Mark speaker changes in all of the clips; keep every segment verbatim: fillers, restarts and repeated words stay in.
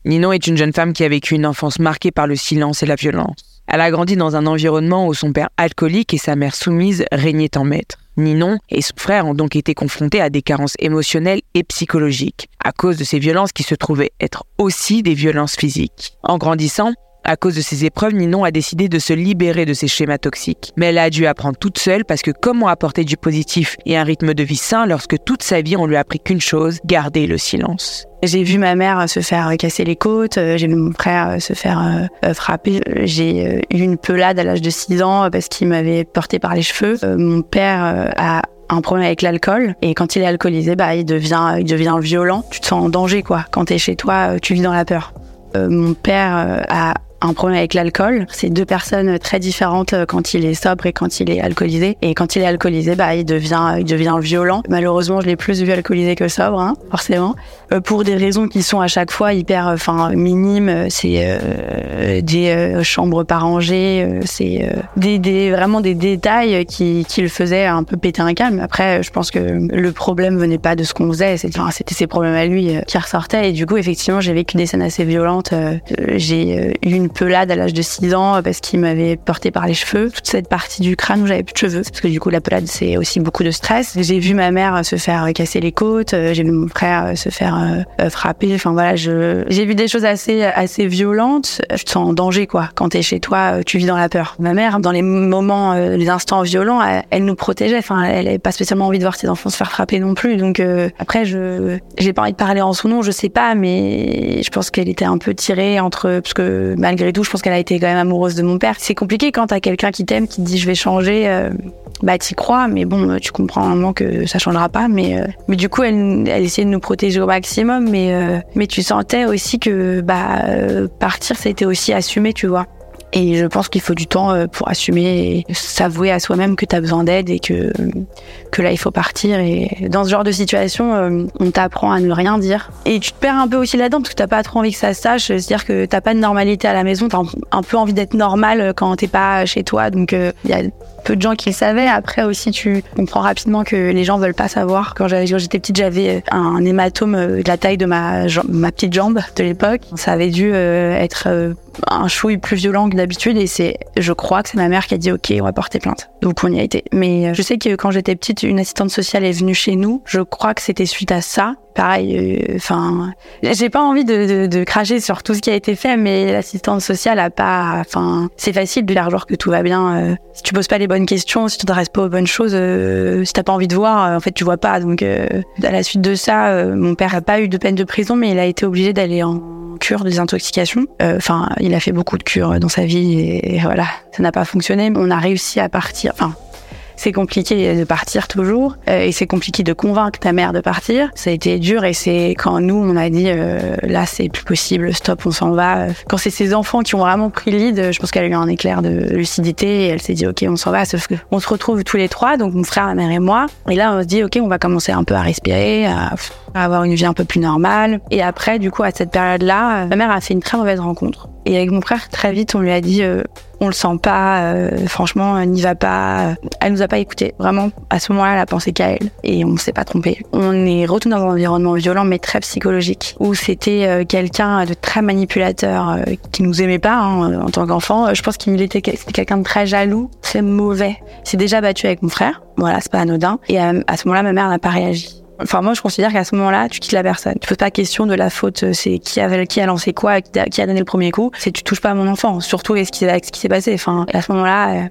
Speaker 1: Ninon est une jeune femme qui a vécu une enfance marquée par le silence et la violence. Elle a grandi dans un environnement où son père alcoolique et sa mère soumise régnaient en maître. Ninon et son frère ont donc été confrontés à des carences émotionnelles et psychologiques, à cause de ces violences qui se trouvaient être aussi des violences physiques. En grandissant, à cause de ces épreuves, Ninon a décidé de se libérer de ces schémas toxiques. Mais elle a dû apprendre toute seule parce que comment apporter du positif et un rythme de vie sain lorsque toute sa vie on lui a appris qu'une chose, garder le silence.
Speaker 2: J'ai vu ma mère se faire casser les côtes, j'ai vu mon frère se faire euh, frapper. J'ai eu une pelade à l'âge de six ans parce qu'il m'avait porté par les cheveux. Euh, mon père euh, a un problème avec l'alcool et quand il est alcoolisé, bah il devient, il devient violent. Tu te sens en danger quoi. Quand t'es chez toi, tu vis dans la peur. Euh, mon père euh, a un problème avec l'alcool. C'est deux personnes très différentes quand il est sobre et quand il est alcoolisé. Et quand il est alcoolisé, bah, il devient, il devient violent. Malheureusement, je l'ai plus vu alcoolisé que sobre, hein, forcément. Euh, pour des raisons qui sont à chaque fois hyper, enfin, minimes. C'est euh, des euh, chambres pas rangées. Euh, c'est euh, des, des, vraiment des détails qui, qui le faisaient un peu péter un câble. Après, je pense que le problème venait pas de ce qu'on faisait. C'était, enfin, c'était ses problèmes à lui euh, qui ressortaient. Et du coup, effectivement, j'ai vécu des scènes assez violentes. Euh, j'ai euh, eu une pelade à l'âge de six ans parce qu'il m'avait porté par les cheveux. Toute cette partie du crâne où j'avais plus de cheveux. Parce que du coup, la pelade, c'est aussi beaucoup de stress. J'ai vu ma mère se faire casser les côtes. J'ai vu mon frère se faire euh, frapper. Enfin voilà, je, j'ai vu des choses assez, assez violentes. Je te sens en danger, quoi. Quand t'es chez toi, tu vis dans la peur. Ma mère, dans les moments, euh, les instants violents, elle, elle nous protégeait. Enfin, elle avait pas spécialement envie de voir ses enfants se faire frapper non plus. Donc euh, après, je, j'ai pas envie de parler en son nom, je sais pas, mais je pense qu'elle était un peu tirée entre, parce que malgré tout, je pense qu'elle a été quand même amoureuse de mon père. C'est compliqué quand t'as quelqu'un qui t'aime, qui te dit je vais changer, euh, bah t'y crois, mais bon, tu comprends un moment que ça changera pas, mais euh, mais du coup, elle, elle essayait de nous protéger au maximum, mais euh, mais tu sentais aussi que bah euh, partir, c'était aussi assumer, tu vois. Et je pense qu'il faut du temps pour assumer et s'avouer à soi-même que t'as besoin d'aide et que que là il faut partir. Et dans ce genre de situation, on t'apprend à ne rien dire. Et tu te perds un peu aussi là-dedans parce que t'as pas trop envie que ça se sache. C'est-à-dire que t'as pas de normalité à la maison. T'as un peu envie d'être normal quand t'es pas chez toi. Donc il y a peu de gens qui le savaient. Après aussi, tu comprends rapidement que les gens veulent pas savoir. Quand j'étais petite, j'avais un hématome de la taille de ma jambe, ma petite jambe de l'époque. Ça avait dû être un chouille plus violent que d'habitude et c'est, je crois que c'est ma mère qui a dit ok, on va porter plainte. Donc on y a été. Mais je sais que quand j'étais petite, une assistante sociale est venue chez nous. Je crois que c'était suite à ça. Pareil, enfin, euh, j'ai pas envie de, de, de cracher sur tout ce qui a été fait, mais l'assistante sociale a pas, enfin, c'est facile de faire genre que tout va bien. Euh, si tu poses pas les bonnes questions, si tu t'intéresses pas aux bonnes choses, euh, si t'as pas envie de voir, euh, en fait, tu vois pas. Donc, euh, à la suite de ça, euh, mon père a pas eu de peine de prison, mais il a été obligé d'aller en cure de désintoxication. Enfin, euh, il a fait beaucoup de cures dans sa vie et, et voilà, ça n'a pas fonctionné. On a réussi à partir. Enfin. C'est compliqué de partir toujours euh, et c'est compliqué de convaincre ta mère de partir. Ça a été dur et c'est quand nous on a dit euh, là c'est plus possible, stop, on s'en va. Quand c'est ses enfants qui ont vraiment pris le lead, je pense qu'elle a eu un éclair de lucidité et elle s'est dit ok on s'en va. Sauf que on se retrouve tous les trois, donc mon frère, ma mère et moi. Et là on se dit ok on va commencer un peu à respirer, à, à avoir une vie un peu plus normale. Et après du coup à cette période-là, ma mère a fait une très mauvaise rencontre. Et avec mon frère très vite on lui a dit euh, on le sent pas, euh, franchement, n'y va pas. Elle nous a pas écouté. Vraiment, à ce moment-là, elle a pensé qu'à elle. Et on s'est pas trompé. On est retourné dans un environnement violent, mais très psychologique, où c'était euh, quelqu'un de très manipulateur, euh, qui nous aimait pas, hein, en tant qu'enfant. Je pense qu'il était, c'était quelqu'un de très jaloux, très mauvais. Il s'est déjà battu avec mon frère. Voilà, c'est pas anodin. Et à, à ce moment-là, ma mère n'a pas réagi. Enfin, moi, je considère qu'à ce moment-là, tu quittes la personne. Tu poses pas question de la faute, c'est qui a, qui a lancé quoi, qui a, qui a donné le premier coup. C'est tu touches pas à mon enfant. Surtout avec ce qui, avec ce qui s'est passé. Enfin, à ce moment-là,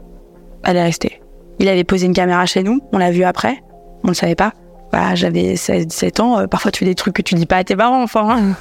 Speaker 2: elle est restée. Il avait posé une caméra chez nous. On l'a vu après. On le savait pas. Voilà, j'avais seize dix-sept ans. Parfois, tu fais des trucs que tu dis pas à tes parents, enfin.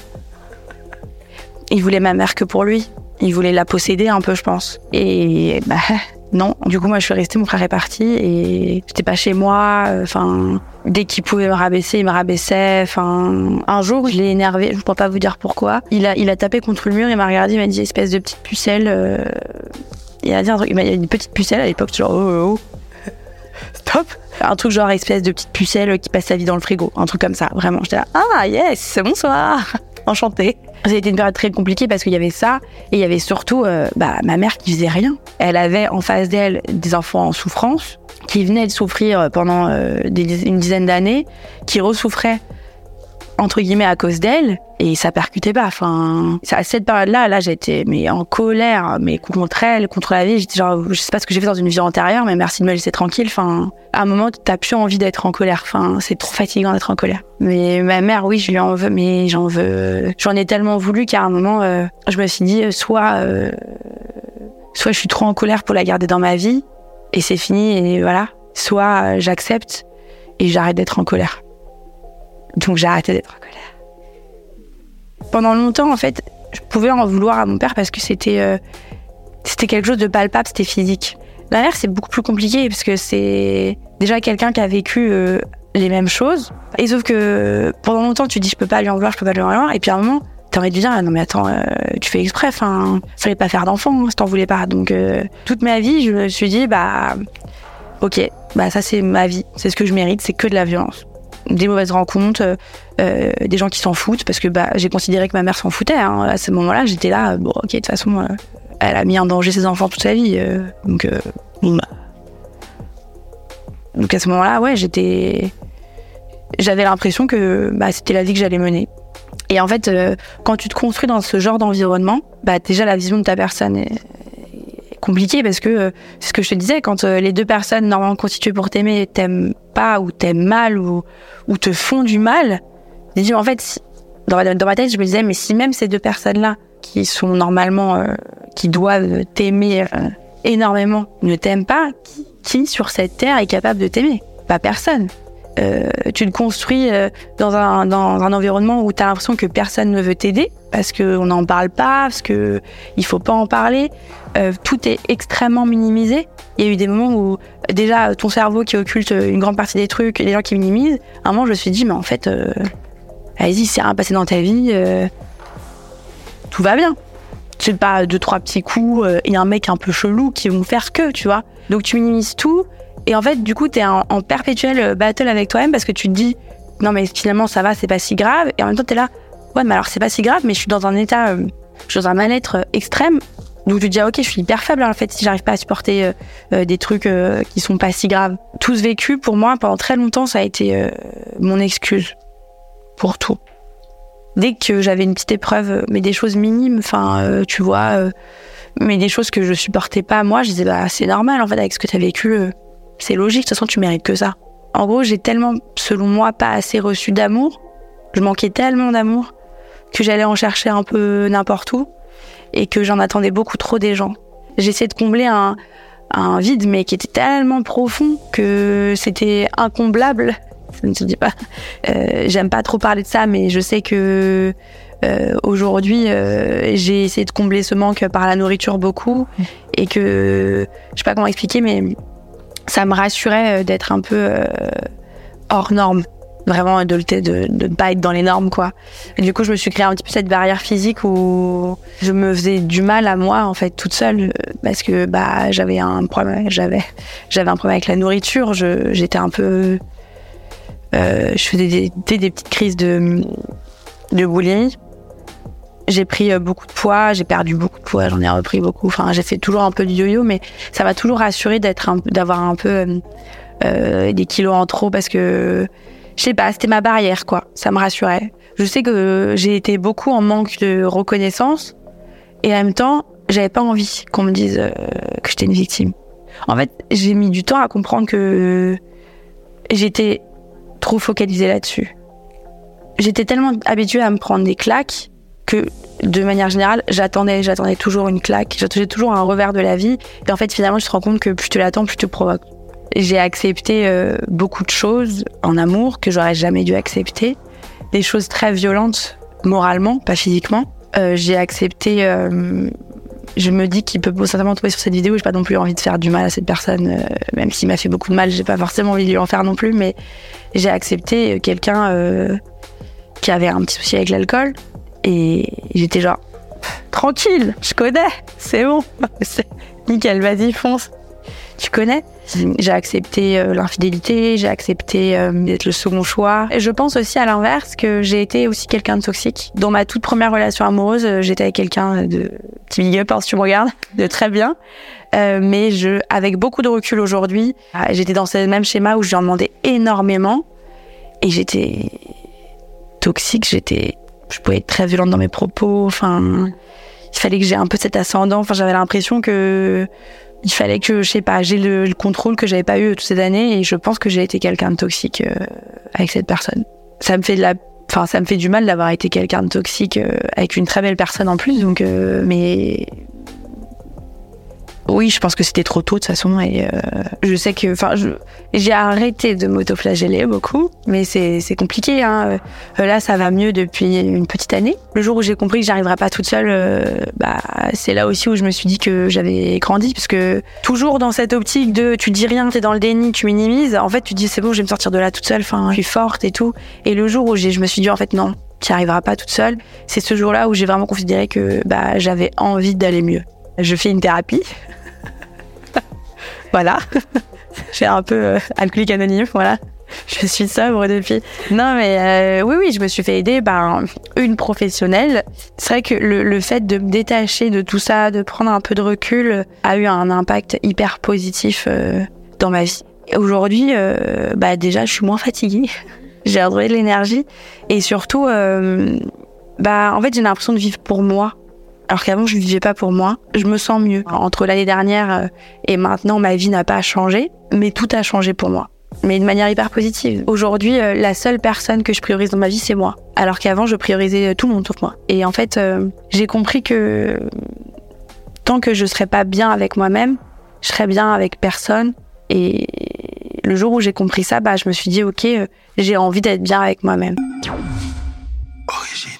Speaker 2: Il voulait ma mère que pour lui. Il voulait la posséder un peu, je pense. Et, bah, non. Du coup, moi, je suis restée, mon frère est parti et j'étais pas chez moi. Enfin, dès qu'il pouvait me rabaisser, il me rabaissait. Enfin, un jour, je l'ai énervé. Je ne peux pas vous dire pourquoi. Il a, il a tapé contre le mur, il m'a regardé, il m'a dit espèce de petite pucelle. Euh... Il a dit un truc, il m'a dit une petite pucelle à l'époque, genre oh oh oh. Stop. Un truc genre espèce de petite pucelle qui passe sa vie dans le frigo. Un truc comme ça, vraiment. J'étais là, ah yes, bonsoir. Enchantée. Ça a été une période très compliquée parce qu'il y avait ça et il y avait surtout euh, bah, ma mère qui faisait rien. Elle avait en face d'elle des enfants en souffrance qui venaient de souffrir pendant euh, des, une dizaine d'années, qui ressouffraient entre guillemets à cause d'elle et ça percutait pas. Enfin, à cette période-là, là, j'étais mais en colère, mais contre elle, contre la vie. J'étais genre, je sais pas ce que j'ai fait dans une vie antérieure, mais merci de me laisser tranquille. Enfin, à un moment, t'as plus envie d'être en colère. Enfin, c'est trop fatigant d'être en colère. Mais ma mère, oui, je lui en veux, mais j'en veux, j'en ai tellement voulu qu'à un moment, euh, je me suis dit, soit, euh, soit je suis trop en colère pour la garder dans ma vie et c'est fini et voilà. Soit euh, j'accepte et j'arrête d'être en colère. Donc j'ai arrêté d'être en colère. Pendant longtemps, en fait, je pouvais en vouloir à mon père parce que c'était, euh, c'était quelque chose de palpable, c'était physique. La mère, c'est beaucoup plus compliqué parce que c'est déjà quelqu'un qui a vécu euh, les mêmes choses. Et sauf que pendant longtemps, tu te dis je peux pas lui en vouloir, je peux pas lui en vouloir. Et puis à un moment, t'as envie de lui dire non mais attends, euh, tu fais exprès, enfin, fallait pas faire d'enfant hein, si t'en voulais pas. Donc euh, toute ma vie, je me suis dit bah ok, bah ça c'est ma vie, c'est ce que je mérite, c'est que de la violence. Des mauvaises rencontres, euh, des gens qui s'en foutent, parce que bah, j'ai considéré que ma mère s'en foutait. Hein. À ce moment-là, j'étais là, bon, ok, de toute façon, euh, elle a mis en danger ses enfants toute sa vie. Euh, donc, euh, bon, bah. donc à ce moment-là, ouais, j'étais, j'avais l'impression que bah, c'était la vie que j'allais mener. Et en fait, euh, quand tu te construis dans ce genre d'environnement, bah, déjà la vision de ta personne est compliqué parce que euh, c'est ce que je te disais, quand euh, les deux personnes normalement constituées pour t'aimer t'aiment pas ou t'aiment mal ou, ou te font du mal, je dis en fait si, dans, ma, dans ma tête je me disais mais si même ces deux personnes là qui sont normalement euh, qui doivent t'aimer euh, énormément ne t'aiment pas, qui, qui sur cette terre est capable de t'aimer? Pas personne. Euh, tu te construis euh, dans, un, dans un environnement où tu as l'impression que personne ne veut t'aider parce qu'on n'en parle pas, parce qu'il ne faut pas en parler. Euh, tout est extrêmement minimisé. Il y a eu des moments où déjà ton cerveau qui occulte une grande partie des trucs, les gens qui minimisent, à un moment je me suis dit mais en fait, euh, allez-y, c'est rien passé dans ta vie, euh, tout va bien. C'est pas deux, trois petits coups euh, et un mec un peu chelou qui vont faire que, tu vois. Donc tu minimises tout. Et en fait, du coup, t'es en, en perpétuel battle avec toi-même parce que tu te dis non, mais finalement, ça va, c'est pas si grave. Et en même temps, t'es là, ouais, mais alors c'est pas si grave, mais je suis dans un état, euh, je suis dans un mal-être extrême. Donc, tu te dis, ah, ok, je suis hyper faible, en fait, si j'arrive pas à supporter euh, euh, des trucs euh, qui sont pas si graves. Tout ce vécu, pour moi, pendant très longtemps, ça a été euh, mon excuse pour tout. Dès que j'avais une petite épreuve, mais des choses minimes, enfin, euh, tu vois, euh, mais des choses que je supportais pas, moi, je disais, bah, c'est normal, en fait, avec ce que t'as vécu. Euh, C'est logique, de toute façon, tu mérites que ça. En gros, j'ai tellement, selon moi, pas assez reçu d'amour. Je manquais tellement d'amour que j'allais en chercher un peu n'importe où et que j'en attendais beaucoup trop des gens. J'essayais de combler un, un vide, mais qui était tellement profond que c'était incomblable. Ça ne se dit pas. Euh, j'aime pas trop parler de ça, mais je sais que euh, aujourd'hui, euh, j'ai essayé de combler ce manque par la nourriture beaucoup et que, je sais pas comment expliquer, mais ça me rassurait d'être un peu euh, hors norme, vraiment de ne de, de pas être dans les normes, quoi. Et du coup, je me suis créé un petit peu cette barrière physique où je me faisais du mal à moi, en fait, toute seule, parce que bah j'avais un problème, j'avais, j'avais un problème avec la nourriture. Je, j'étais un peu, euh, je faisais des, des, des petites crises de, de boulimie. J'ai pris beaucoup de poids, j'ai perdu beaucoup de poids, j'en ai repris beaucoup. Enfin, j'ai fait toujours un peu du yo-yo, mais ça m'a toujours rassurée d'être un, d'avoir un peu euh, euh, des kilos en trop parce que, je sais pas, c'était ma barrière, quoi. Ça me rassurait. Je sais que j'ai été beaucoup en manque de reconnaissance et en même temps, j'avais pas envie qu'on me dise euh, que j'étais une victime. En fait, j'ai mis du temps à comprendre que j'étais trop focalisée là-dessus. J'étais tellement habituée à me prendre des claques que, de manière générale, j'attendais, j'attendais toujours une claque, j'attendais toujours un revers de la vie. Et en fait, finalement, je te rends compte que plus tu l'attends, plus tu te provoques. J'ai accepté euh, beaucoup de choses en amour que j'aurais jamais dû accepter. Des choses très violentes, moralement, pas physiquement. Euh, j'ai accepté... Euh, je me dis qu'il peut certainement trouver sur cette vidéo, j'ai pas non plus envie de faire du mal à cette personne, euh, même s'il m'a fait beaucoup de mal, j'ai pas forcément envie de lui en faire non plus, mais j'ai accepté quelqu'un euh, qui avait un petit souci avec l'alcool. Et j'étais genre, tranquille, je connais, c'est bon, c'est nickel, vas-y, fonce, tu connais. J'ai accepté euh, l'infidélité, j'ai accepté euh, d'être le second choix. Et je pense aussi à l'inverse que j'ai été aussi quelqu'un de toxique. Dans ma toute première relation amoureuse, euh, j'étais avec quelqu'un de petit big up, hein, si tu me regardes, de très bien. Euh, mais je, avec beaucoup de recul aujourd'hui, euh, j'étais dans ce même schéma où je lui en demandais énormément et j'étais toxique. J'étais, je pouvais être très violente dans mes propos. Enfin, il fallait que j'ai un peu cet ascendant. Enfin, j'avais l'impression que il fallait que, je sais pas, j'ai le, le contrôle que j'avais pas eu toutes ces années. Et je pense que j'ai été quelqu'un de toxique euh, avec cette personne. Ça me fait de la, enfin, ça me fait du mal d'avoir été quelqu'un de toxique euh, avec une très belle personne en plus. Donc, euh, mais oui, je pense que c'était trop tôt de toute façon. Et euh, je sais que, enfin, je, j'ai arrêté de m'autoflageller beaucoup, mais c'est, c'est compliqué. Hein. Euh, là, ça va mieux depuis une petite année. Le jour où j'ai compris que j'arriverais pas toute seule, euh, bah, c'est là aussi où je me suis dit que j'avais grandi, parce que toujours dans cette optique de, tu dis rien, t'es dans le déni, tu minimises. En fait, tu dis c'est bon, je vais me sortir de là toute seule. Enfin, je suis forte et tout. Et le jour où j'ai, je me suis dit en fait non, tu n'y arriveras pas toute seule. C'est ce jour-là où j'ai vraiment considéré que bah, j'avais envie d'aller mieux. Je fais une thérapie. Voilà. Je suis un peu euh, alcoolique anonyme, voilà. Je suis sobre depuis. Non, mais euh, oui, oui, je me suis fait aider par une professionnelle. C'est vrai que le, le fait de me détacher de tout ça, de prendre un peu de recul, a eu un impact hyper positif euh, dans ma vie. Et aujourd'hui, euh, bah déjà, je suis moins fatiguée. J'ai retrouvé de l'énergie. Et surtout, euh, bah, en fait, j'ai l'impression de vivre pour moi. Alors qu'avant, je ne vivais pas pour moi. Je me sens mieux. Entre l'année dernière et maintenant, ma vie n'a pas changé, mais tout a changé pour moi. Mais de manière hyper positive. Aujourd'hui, la seule personne que je priorise dans ma vie, c'est moi. Alors qu'avant, je priorisais tout le monde sauf moi. Et en fait, euh, j'ai compris que tant que je ne serais pas bien avec moi-même, je serais bien avec personne. Et le jour où j'ai compris ça, bah, je me suis dit, ok, euh, j'ai envie d'être bien avec moi-même.
Speaker 3: Origine.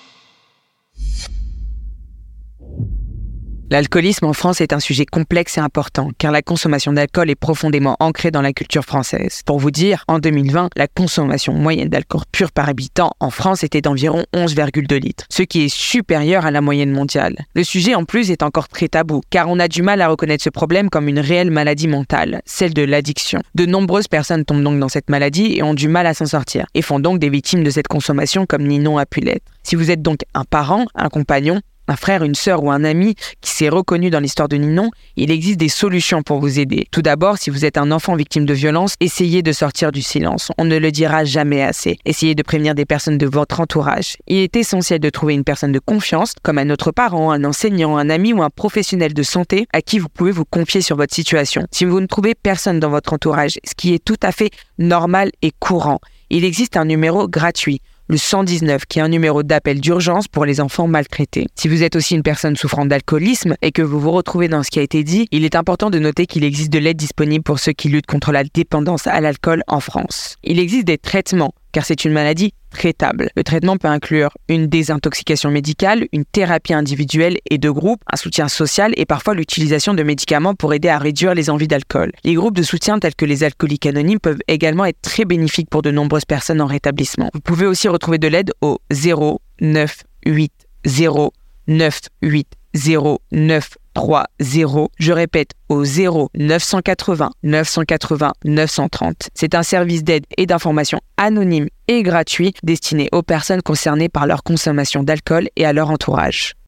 Speaker 1: L'alcoolisme en France est un sujet complexe et important, car la consommation d'alcool est profondément ancrée dans la culture française. Pour vous dire, en deux mille vingt, la consommation moyenne d'alcool pur par habitant en France était d'environ onze virgule deux litres, ce qui est supérieur à la moyenne mondiale. Le sujet en plus est encore très tabou, car on a du mal à reconnaître ce problème comme une réelle maladie mentale, celle de l'addiction. De nombreuses personnes tombent donc dans cette maladie et ont du mal à s'en sortir, et font donc des victimes de cette consommation comme Ninon a pu l'être. Si vous êtes donc un parent, un compagnon, un frère, une sœur ou un ami qui s'est reconnu dans l'histoire de Ninon, il existe des solutions pour vous aider. Tout d'abord, si vous êtes un enfant victime de violence, essayez de sortir du silence. On ne le dira jamais assez. Essayez de prévenir des personnes de votre entourage. Il est essentiel de trouver une personne de confiance, comme un autre parent, un enseignant, un ami ou un professionnel de santé à qui vous pouvez vous confier sur votre situation. Si vous ne trouvez personne dans votre entourage, ce qui est tout à fait normal et courant, il existe un numéro gratuit, le cent dix-neuf, qui est un numéro d'appel d'urgence pour les enfants maltraités. Si vous êtes aussi une personne souffrant d'alcoolisme et que vous vous retrouvez dans ce qui a été dit, il est important de noter qu'il existe de l'aide disponible pour ceux qui luttent contre la dépendance à l'alcool en France. Il existe des traitements, car c'est une maladie traitable. Le traitement peut inclure une désintoxication médicale, une thérapie individuelle et de groupe, un soutien social et parfois l'utilisation de médicaments pour aider à réduire les envies d'alcool. Les groupes de soutien tels que les alcooliques anonymes peuvent également être très bénéfiques pour de nombreuses personnes en rétablissement. Vous pouvez aussi retrouver de l'aide au zéro neuf huit zéro neuf huit zéro neuf trois zéro. Je répète, au zéro neuf cent quatre-vingts neuf cent quatre-vingts neuf cent trente. C'est un service d'aide et d'information anonyme et gratuit destiné aux personnes concernées par leur consommation d'alcool et à leur entourage.